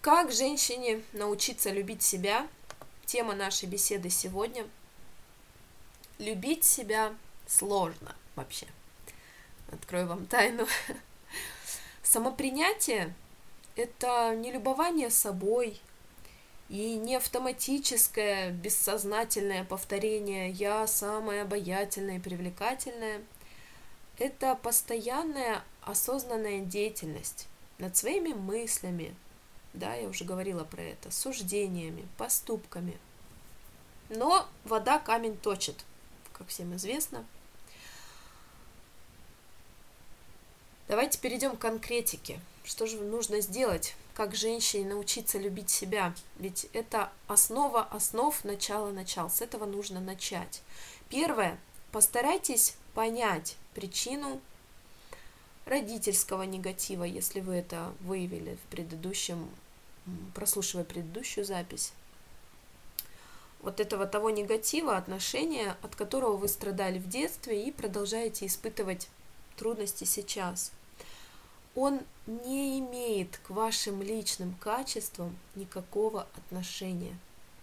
Как женщине научиться любить себя? Тема нашей беседы сегодня. Любить себя сложно вообще. Открою вам тайну. Самопринятие – это не любование собой и не автоматическое, бессознательное повторение «я самая обаятельная и привлекательная». Это постоянная осознанная деятельность над своими мыслями, да, я уже говорила про это, суждениями, поступками. Но вода камень точит, как всем известно. Давайте перейдем к конкретике. Что же нужно сделать? Как женщине научиться любить себя? Ведь это основа основ, начало начал. С этого нужно начать. Первое. Постарайтесь понять причину родительского негатива, если вы это выявили прослушивая предыдущую запись. Вот этого того негатива, отношения, от которого вы страдали в детстве и продолжаете испытывать трудности сейчас. Он не имеет к вашим личным качествам никакого отношения.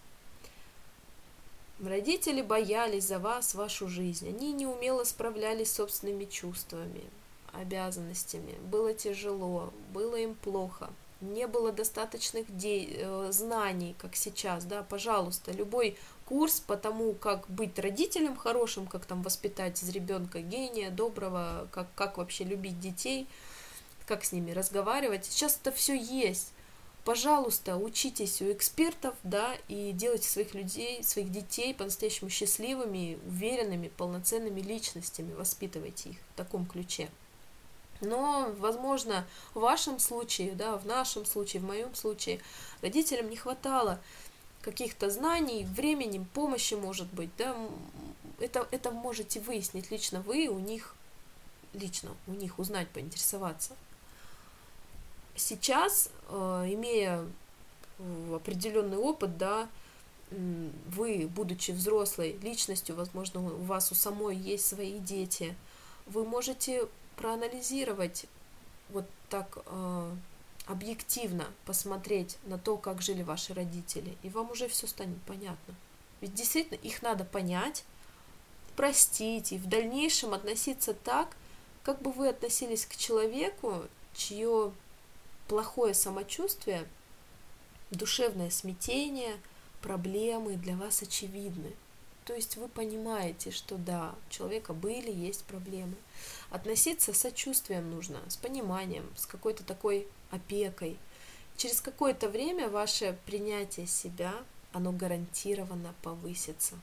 Родители боялись за вас, вашу жизнь. Они неумело справлялись с собственными чувствами, обязанностями. Было тяжело, было им плохо. Не было достаточных знаний, как сейчас, да, пожалуйста, любой курс по тому, как быть родителем хорошим, как там воспитать из ребенка гения, доброго, как вообще любить детей, как с ними разговаривать. Сейчас это все есть. Пожалуйста, учитесь у экспертов, да, и делайте своих детей по-настоящему счастливыми, уверенными, полноценными личностями, воспитывайте их в таком ключе. Но, возможно, в вашем случае, да, в нашем случае, в моем случае, родителям не хватало каких-то знаний, времени, помощи, может быть, да, это можете выяснить лично вы, у них узнать, поинтересоваться. Сейчас, имея определенный опыт, да, вы, будучи взрослой личностью, возможно, у вас у самой есть свои дети, вы можете проанализировать вот так объективно, посмотреть на то, как жили ваши родители, и вам уже все станет понятно. Ведь действительно их надо понять, простить и в дальнейшем относиться так, как бы вы относились к человеку, чье плохое самочувствие, душевное смятение, проблемы для вас очевидны. То есть вы понимаете, что да, у человека есть проблемы. Относиться с сочувствием нужно, с пониманием, с какой-то такой опекой. Через какое-то время ваше принятие себя, оно гарантированно повысится.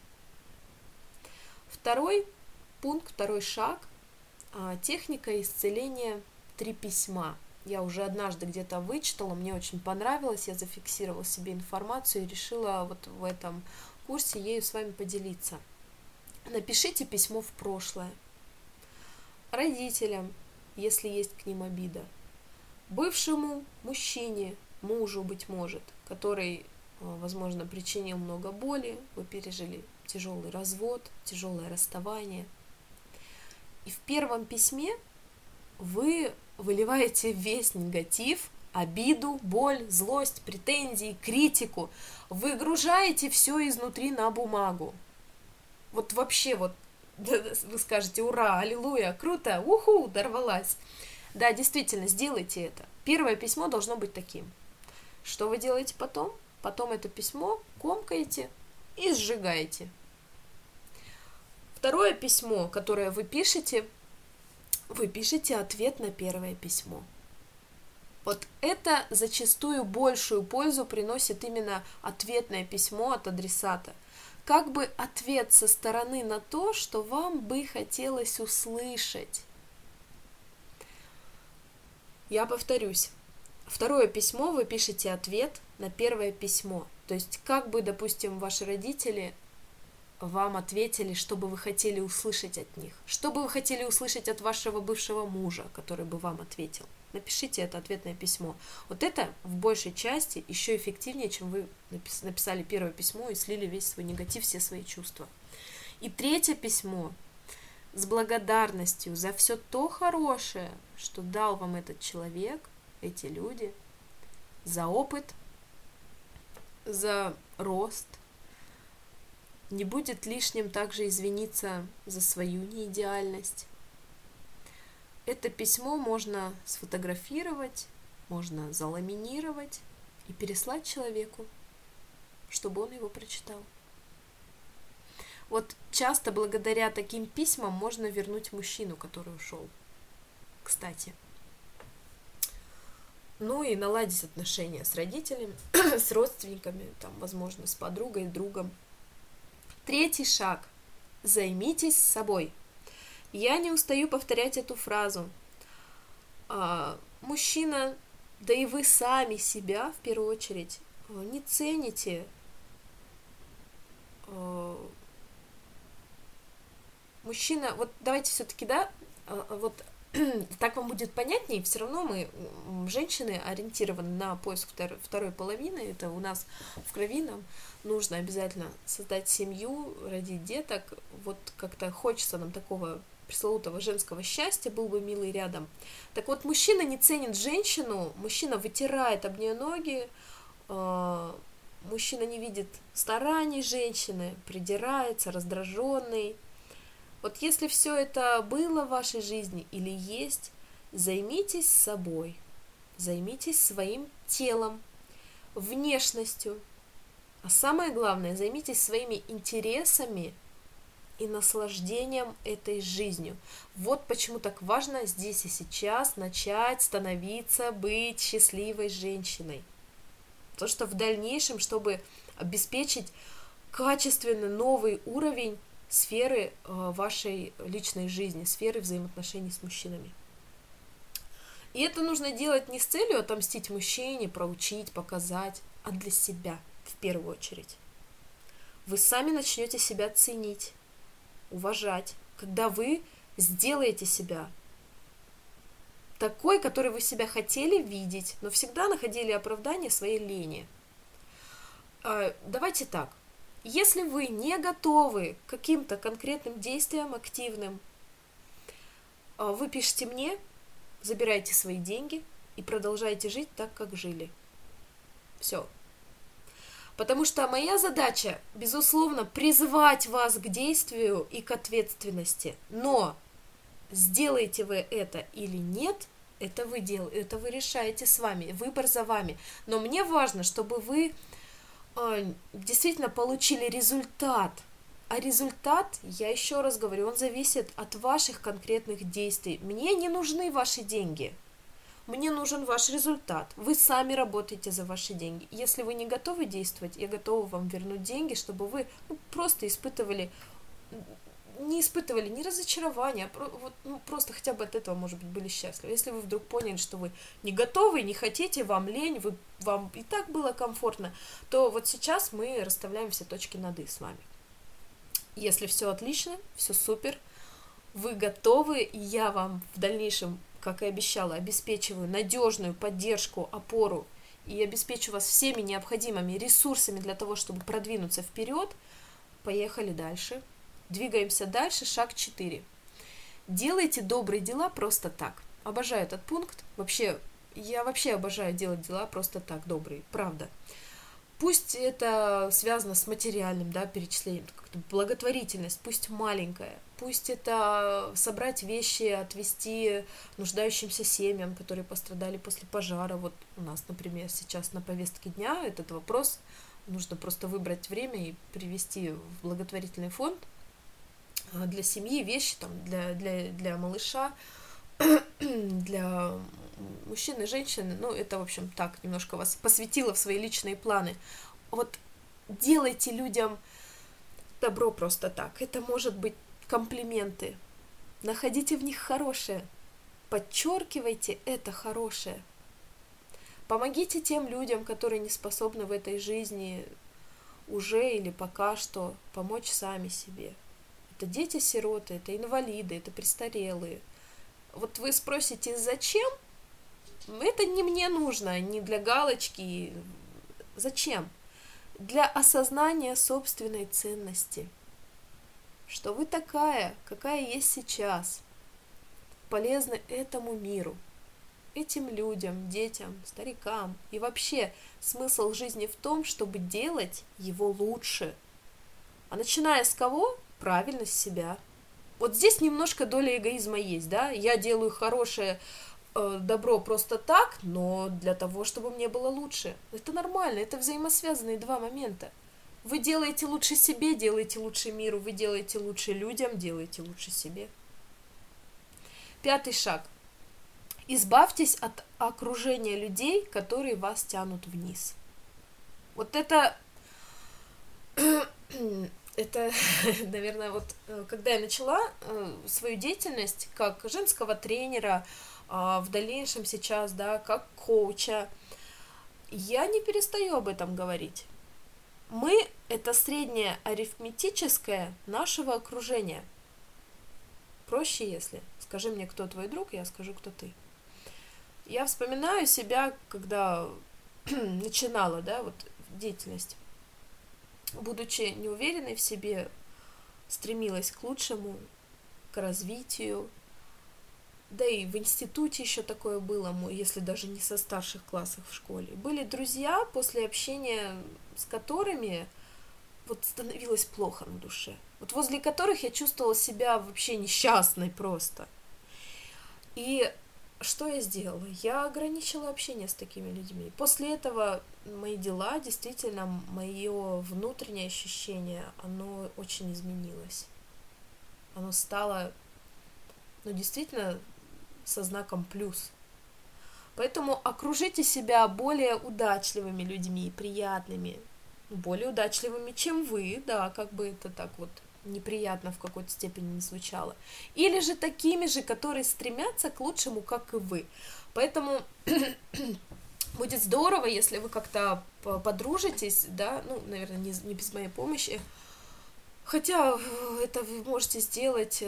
Второй пункт, второй шаг – техника исцеления 3 письма. Я уже однажды где-то вычитала, мне очень понравилось, я зафиксировала себе информацию и решила вот в этом курсе ею с вами поделиться. Напишите письмо в прошлое. Родителям, если есть к ним обида. Бывшему мужчине, мужу, быть может, который, возможно, причинил много боли, вы пережили тяжелый развод, тяжелое расставание. И в первом письме вы выливаете весь негатив, обиду, боль, злость, претензии, критику. Выгружаете все изнутри на бумагу. Вот вообще вот вы скажете: ура, аллилуйя, круто, уху, дорвалась. Да, действительно, сделайте это. Первое письмо должно быть таким. Что вы делаете потом? Потом это письмо комкаете и сжигаете. Второе письмо, которое вы пишете ответ на первое письмо. Вот это зачастую большую пользу приносит именно ответное письмо от адресата. Как бы ответ со стороны на то, что вам бы хотелось услышать. Я повторюсь. Второе письмо вы пишете ответ на первое письмо. То есть как бы, допустим, ваши родители вам ответили, что бы вы хотели услышать от них. Что бы вы хотели услышать от вашего бывшего мужа, который бы вам ответил. Напишите это ответное письмо. Вот это в большей части еще эффективнее, чем вы написали первое письмо и слили весь свой негатив, все свои чувства. И третье письмо с благодарностью за все то хорошее, что дал вам этот человек, эти люди, за опыт, за рост, не будет лишним также извиниться за свою неидеальность. Это письмо можно сфотографировать, можно заламинировать и переслать человеку, чтобы он его прочитал. Вот часто благодаря таким письмам можно вернуть мужчину, который ушел. Кстати. Ну и наладить отношения с родителями, с родственниками, там, возможно, с подругой, другом. Третий шаг. Займитесь собой. Я не устаю повторять эту фразу. Мужчина, да и вы сами себя, в первую очередь, не цените. Мужчина, вот давайте все-таки, да, вот так вам будет понятнее, все равно мы, женщины, ориентированы на поиск второй половины, это у нас в крови, нам нужно обязательно создать семью, родить деток, вот как-то хочется нам такого пресловутого женского счастья, был бы милый рядом. Так вот, мужчина не ценит женщину, мужчина вытирает об нее ноги, мужчина не видит стараний женщины, придирается, раздраженный. Вот если все это было в вашей жизни или есть, займитесь собой, займитесь своим телом, внешностью, а самое главное, займитесь своими интересами и наслаждением этой жизнью. Вот почему так важно здесь и сейчас начать становиться, быть счастливой женщиной. Потому что в дальнейшем, чтобы обеспечить качественно новый уровень сферы вашей личной жизни, сферы взаимоотношений с мужчинами. И это нужно делать не с целью отомстить мужчине, проучить, показать, а для себя в первую очередь. Вы сами начнете себя ценить, уважать, когда вы сделаете себя такой, который вы себя хотели видеть, но всегда находили оправдание своей лени. Давайте так. Если вы не готовы к каким-то конкретным действиям активным, вы пишите мне, забирайте свои деньги и продолжайте жить так, как жили. Все. Потому что моя задача, безусловно, призывать вас к действию и к ответственности. Но сделаете вы это или нет, это вы решаете с вами, выбор за вами. Но мне важно, чтобы вы действительно получили результат. А результат, я еще раз говорю, он зависит от ваших конкретных действий. Мне не нужны ваши деньги. Мне нужен ваш результат. Вы сами работаете за ваши деньги. Если вы не готовы действовать, я готова вам вернуть деньги, чтобы вы просто не испытывали ни разочарования, просто хотя бы от этого, может быть, были счастливы. Если вы вдруг поняли, что вы не готовы, не хотите, вам лень, вам и так было комфортно, то вот сейчас мы расставляем все точки над «и» с вами. Если все отлично, все супер, вы готовы, и я вам в дальнейшем, как и обещала, обеспечиваю надежную поддержку, опору и обеспечу вас всеми необходимыми ресурсами для того, чтобы продвинуться вперед, поехали дальше. Двигаемся дальше, шаг 4. Делайте добрые дела просто так. Обожаю этот пункт. Я вообще обожаю делать дела просто так, добрые, правда. Пусть это связано с материальным, перечислением, как-то благотворительность, пусть маленькая, пусть это собрать вещи, отвезти нуждающимся семьям, которые пострадали после пожара. Вот у нас, например, сейчас на повестке дня этот вопрос. Нужно просто выбрать время и привезти в благотворительный фонд для семьи вещи, для малыша, для мужчин и женщин. Это, в общем, так, немножко вас посвятила в свои личные планы. Вот делайте людям добро просто так. Это может быть комплименты. Находите в них хорошее. Подчеркивайте это хорошее. Помогите тем людям, которые не способны в этой жизни уже или пока что помочь сами себе. Это дети-сироты, это инвалиды, это престарелые. Вот вы спросите, зачем? Это не мне нужно, не для галочки. Зачем? Для осознания собственной ценности. Что вы такая, какая есть сейчас. Полезны этому миру. этим людям, детям, старикам. И вообще смысл жизни в том, чтобы делать его лучше. А начиная с кого? Правильно, с себя. Вот здесь немножко доля эгоизма есть, да? Я делаю хорошее добро просто так, но для того, чтобы мне было лучше. Это нормально, это взаимосвязанные два момента. Вы делаете лучше себе, делаете лучше миру, вы делаете лучше людям, делаете лучше себе. 5 шаг. Избавьтесь от окружения людей, которые вас тянут вниз. Вот это, наверное, вот когда я начала свою деятельность как женского тренера, в дальнейшем сейчас, да, как коуча, я не перестаю об этом говорить. Мы – это среднее арифметическое нашего окружения. Проще, если. Скажи мне, кто твой друг, я скажу, кто ты. Я вспоминаю себя, когда начинала, да, вот деятельность. Будучи неуверенной в себе, стремилась к лучшему, к развитию. Да и в институте еще такое было, если даже не со старших классов в школе. Были друзья, после общения с которыми вот становилось плохо на душе. Вот возле которых я чувствовала себя вообще несчастной просто. И что я сделала? Я ограничила общение с такими людьми. После этого мои дела, действительно, мое внутреннее ощущение, оно очень изменилось. Оно стало, действительно, со знаком плюс. Поэтому окружите себя более удачливыми людьми, приятными, более удачливыми, чем вы, да, как бы это так вот неприятно в какой-то степени не звучало. Или же такими же, которые стремятся к лучшему, как и вы. Поэтому будет здорово, если вы как-то подружитесь, да, наверное, не без моей помощи. Хотя это вы можете сделать,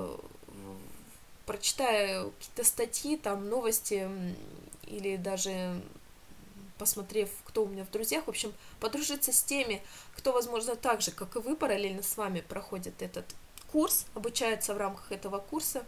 прочитая какие-то статьи, там, новости, или даже посмотрев, кто у меня в друзьях, в общем, подружиться с теми, кто, возможно, так же, как и вы, параллельно с вами проходит этот курс, обучается в рамках этого курса,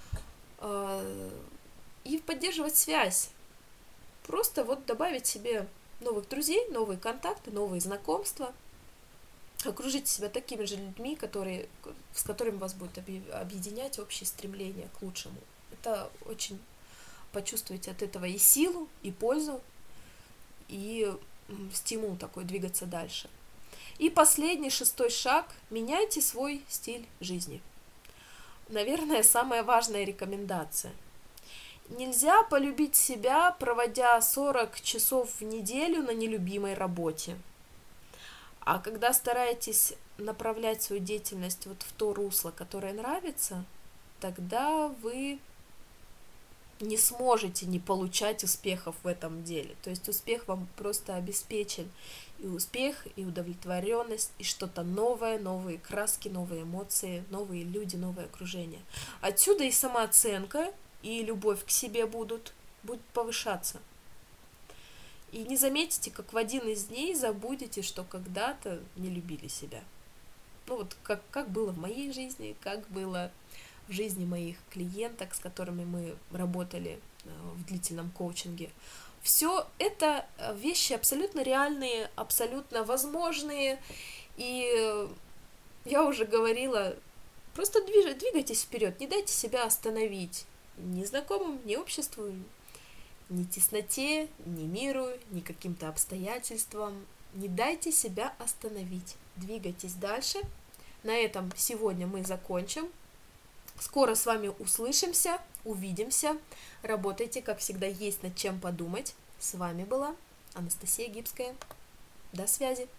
и поддерживать связь. Просто вот добавить себе новых друзей, новые контакты, новые знакомства, окружите себя такими же людьми, с которыми вас будет объединять общее стремление к лучшему. Это очень почувствуете от этого и силу, и пользу, и стимул такой двигаться дальше. И последний, 6 шаг. Меняйте свой стиль жизни. Наверное, самая важная рекомендация. Нельзя полюбить себя, проводя 40 часов в неделю на нелюбимой работе. А когда стараетесь направлять свою деятельность вот в то русло, которое нравится, тогда вы не сможете не получать успехов в этом деле. То есть успех вам просто обеспечен. И успех, и удовлетворенность, и что-то новое, новые краски, новые эмоции, новые люди, новое окружение. Отсюда и самооценка, и любовь к себе будет повышаться. И не заметите, как в один из дней забудете, что когда-то не любили себя. Вот как было в моей жизни, как было в жизни моих клиенток, с которыми мы работали в длительном коучинге. Все это вещи абсолютно реальные, абсолютно возможные. И я уже говорила, просто двигайтесь вперед, не дайте себя остановить ни знакомым, ни обществу, ни тесноте, ни миру, ни каким-то обстоятельствам. Не дайте себя остановить. Двигайтесь дальше. На этом сегодня мы закончим. Скоро с вами услышимся, увидимся. Работайте, как всегда, есть над чем подумать. С вами была Анастасия Гибская. До связи.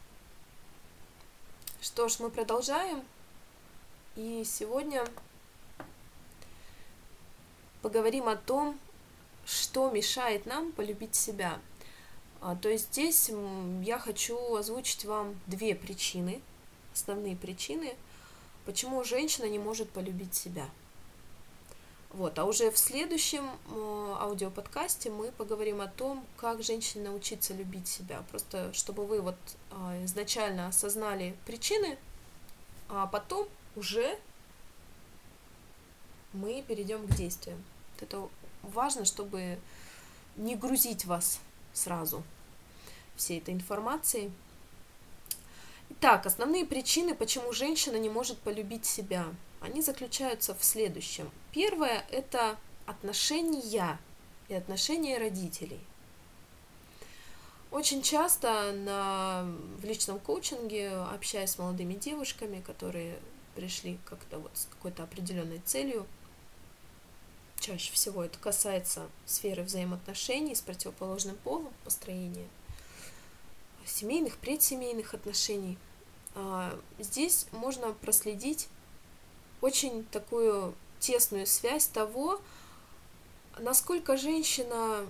Что ж, мы продолжаем. И сегодня поговорим о том, что мешает нам полюбить себя. То есть здесь я хочу озвучить вам 2 причины, основные причины, почему женщина не может полюбить себя. А уже в следующем аудиоподкасте мы поговорим о том, как женщине научиться любить себя. Просто чтобы вы изначально осознали причины, а потом уже мы перейдем к действиям. Это важно, чтобы не грузить вас сразу всей этой информацией. Итак, основные причины, почему женщина не может полюбить себя, они заключаются в следующем. Первое – это отношения и отношения родителей. Очень часто в личном коучинге, общаясь с молодыми девушками, которые пришли как-то вот с какой-то определенной целью, чаще всего это касается сферы взаимоотношений с противоположным полом, построения семейных, предсемейных отношений. Здесь можно проследить очень такую тесную связь того, насколько женщина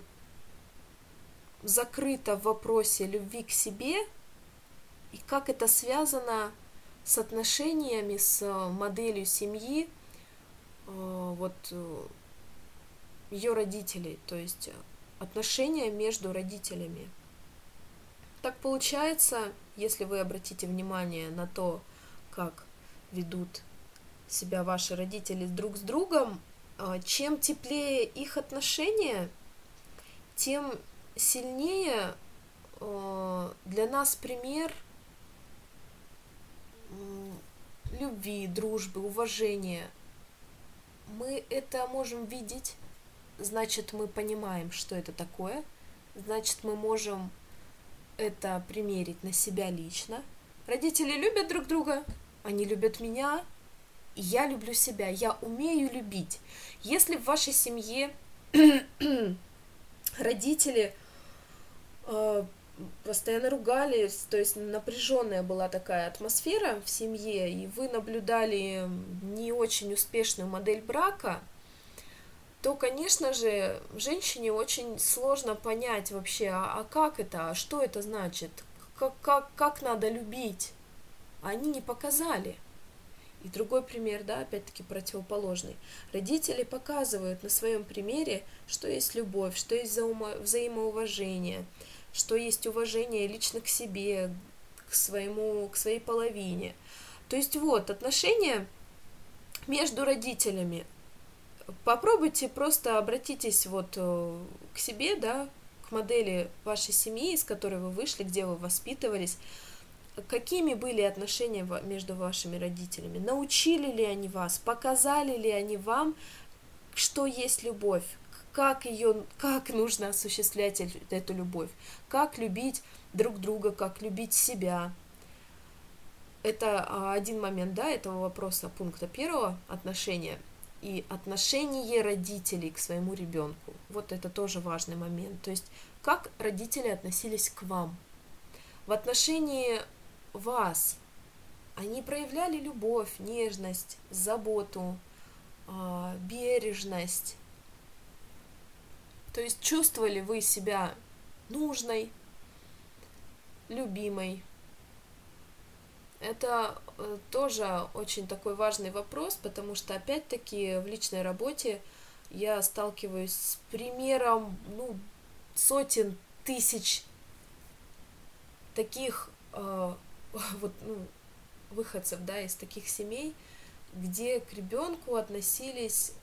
закрыта в вопросе любви к себе и как это связано с отношениями, с моделью семьи вот ее родителей, то есть отношения между родителями. Так получается, если вы обратите внимание на то, как ведут себя ваши родители друг с другом, чем теплее их отношения, тем сильнее для нас пример любви, дружбы, уважения. Мы это можем видеть, значит, мы понимаем, что это такое, значит, мы можем это примерить на себя лично. Родители любят друг друга, они любят меня, и я люблю себя, я умею любить. Если в вашей семье родители постоянно ругались, то есть напряженная была такая атмосфера в семье, и вы наблюдали не очень успешную модель брака, то, конечно же, женщине очень сложно понять вообще, а как это, а что это значит, как надо любить. Они не показали. И другой пример, да, опять-таки противоположный. Родители показывают на своем примере, что есть любовь, что есть взаимоуважение, что есть уважение лично к себе, к своей половине. То есть вот, отношения между родителями. Попробуйте просто обратитесь вот к себе, да, к модели вашей семьи, из которой вы вышли, где вы воспитывались. Какими были отношения между вашими родителями? Научили ли они вас? Показали ли они вам, что есть любовь? Как нужно осуществлять эту любовь? Как любить друг друга? Как любить себя? Это один момент, да, этого вопроса, пункта первого, отношения. И отношение родителей к своему ребенку. Вот это тоже важный момент. То есть, как родители относились к вам. В отношении вас они проявляли любовь, нежность, заботу, бережность. То есть, чувствовали вы себя нужной, любимой. Это тоже очень такой важный вопрос, потому что, опять-таки, в личной работе я сталкиваюсь с примером, сотен тысяч таких выходцев, да, из таких семей, где к ребенку относились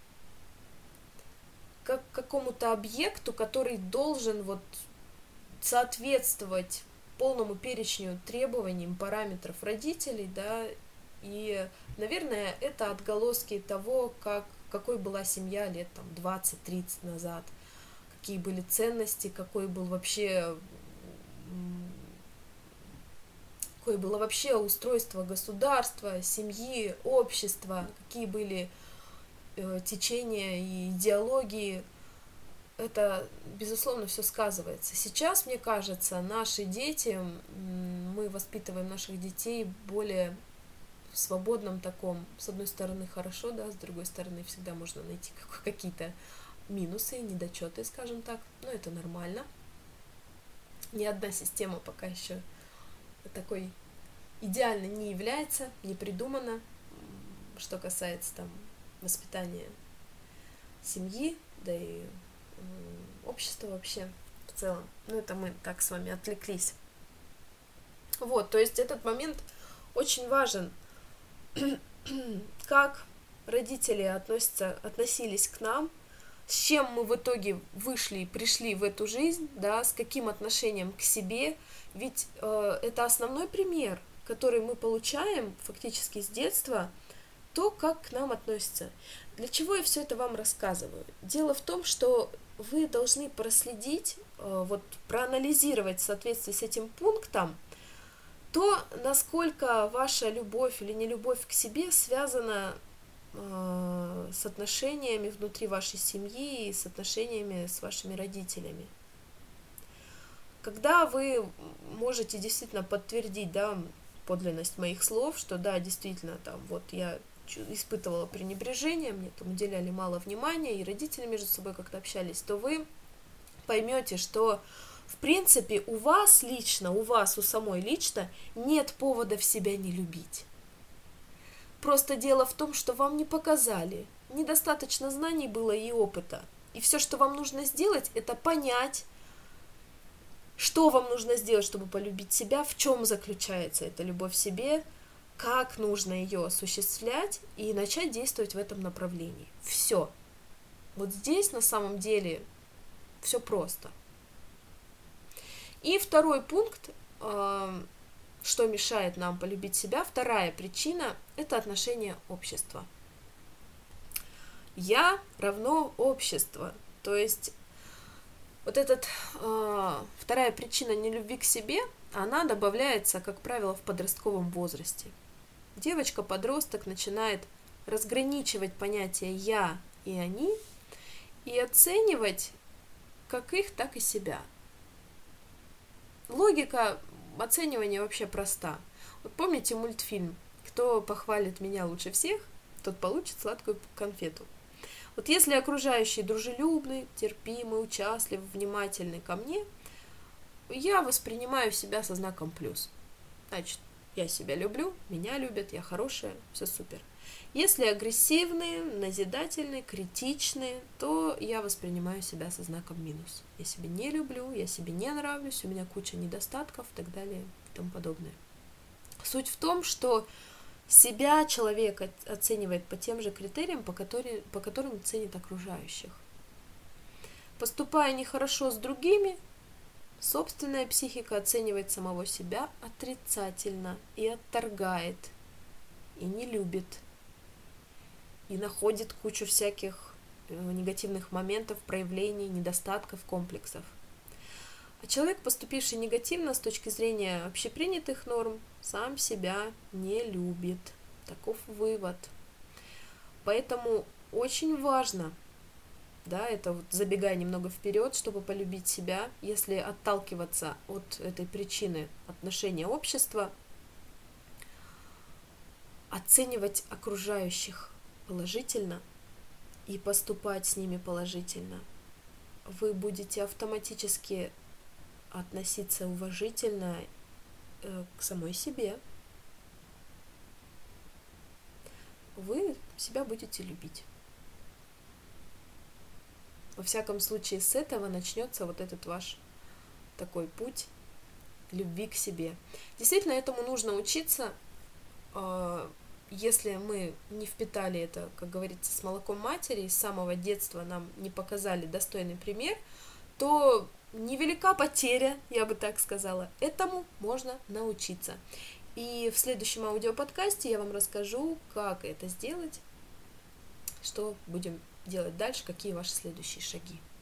как к какому-то объекту, который должен вот соответствовать полному перечню требованиям, параметров родителей, да, и, наверное, это отголоски того, какой была семья лет там 20-30 назад, какие были ценности, какое было вообще устройство государства, семьи, общества, какие были течения и идеологии. Это, безусловно, все сказывается. Сейчас, мне кажется, наши дети, мы воспитываем наших детей более в свободном таком, с одной стороны, хорошо, да, с другой стороны, всегда можно найти какие-то минусы, недочеты, скажем так, но это нормально. Ни одна система пока еще такой идеально не является, не придумана, что касается там воспитания семьи, да и общества вообще в целом. Это мы так с вами отвлеклись. Вот, то есть этот момент очень важен. Как родители относились к нам, с чем мы в итоге вышли и пришли в эту жизнь, да, с каким отношением к себе, ведь это основной пример, который мы получаем фактически с детства, то, как к нам относятся. Для чего я все это вам рассказываю? Дело в том, что вы должны проследить, проанализировать в соответствии с этим пунктом то, насколько ваша любовь или нелюбовь к себе связана с отношениями внутри вашей семьи и с отношениями с вашими родителями. Когда вы можете действительно подтвердить, да, подлинность моих слов, что да, действительно, я испытывала пренебрежение, мне там уделяли мало внимания, и родители между собой как-то общались, то вы поймете, что в принципе у вас, у самой лично нет поводов себя не любить. Просто дело в том, что вам не показали, недостаточно знаний было и опыта. И все, что вам нужно сделать, это понять, что вам нужно сделать, чтобы полюбить себя, в чем заключается эта любовь к себе, как нужно ее осуществлять и начать действовать в этом направлении. Все. Вот здесь на самом деле все просто. И второй пункт, что мешает нам полюбить себя, вторая причина – это отношение общества. Я равно общество. То есть вторая причина нелюбви к себе, она добавляется, как правило, в подростковом возрасте. Девочка-подросток начинает разграничивать понятия «я» и «они» и оценивать как их, так и себя. Логика оценивания вообще проста. Вот помните мультфильм «Кто похвалит меня лучше всех, тот получит сладкую конфету». Вот если окружающие дружелюбны, терпимы, участливы, внимательны ко мне, я воспринимаю себя со знаком плюс. Значит, я себя люблю, меня любят, я хорошая, все супер. Если агрессивные, назидательные, критичные, то я воспринимаю себя со знаком минус. Я себя не люблю, я себе не нравлюсь, у меня куча недостатков и так далее и тому подобное. Суть в том, что себя человек оценивает по тем же критериям, по которым ценит окружающих. Поступая нехорошо с другими, собственная психика оценивает самого себя отрицательно и отторгает, и не любит, и находит кучу всяких негативных моментов, проявлений, недостатков, комплексов. А человек, поступивший негативно с точки зрения общепринятых норм, сам себя не любит. Таков вывод. Поэтому очень важно, да, это вот забегая немного вперед, чтобы полюбить себя, если отталкиваться от этой причины отношения общества, оценивать окружающих положительно и поступать с ними положительно. Вы будете автоматически относиться уважительно к самой себе. Вы себя будете любить. Во всяком случае, с этого начнется вот этот ваш такой путь любви к себе. Действительно, этому нужно учиться. Если мы не впитали это, как говорится, с молоком матери, и с самого детства нам не показали достойный пример, то невелика потеря, я бы так сказала. Этому можно научиться. И в следующем аудиоподкасте я вам расскажу, как это сделать, что будем делать дальше, какие ваши следующие шаги.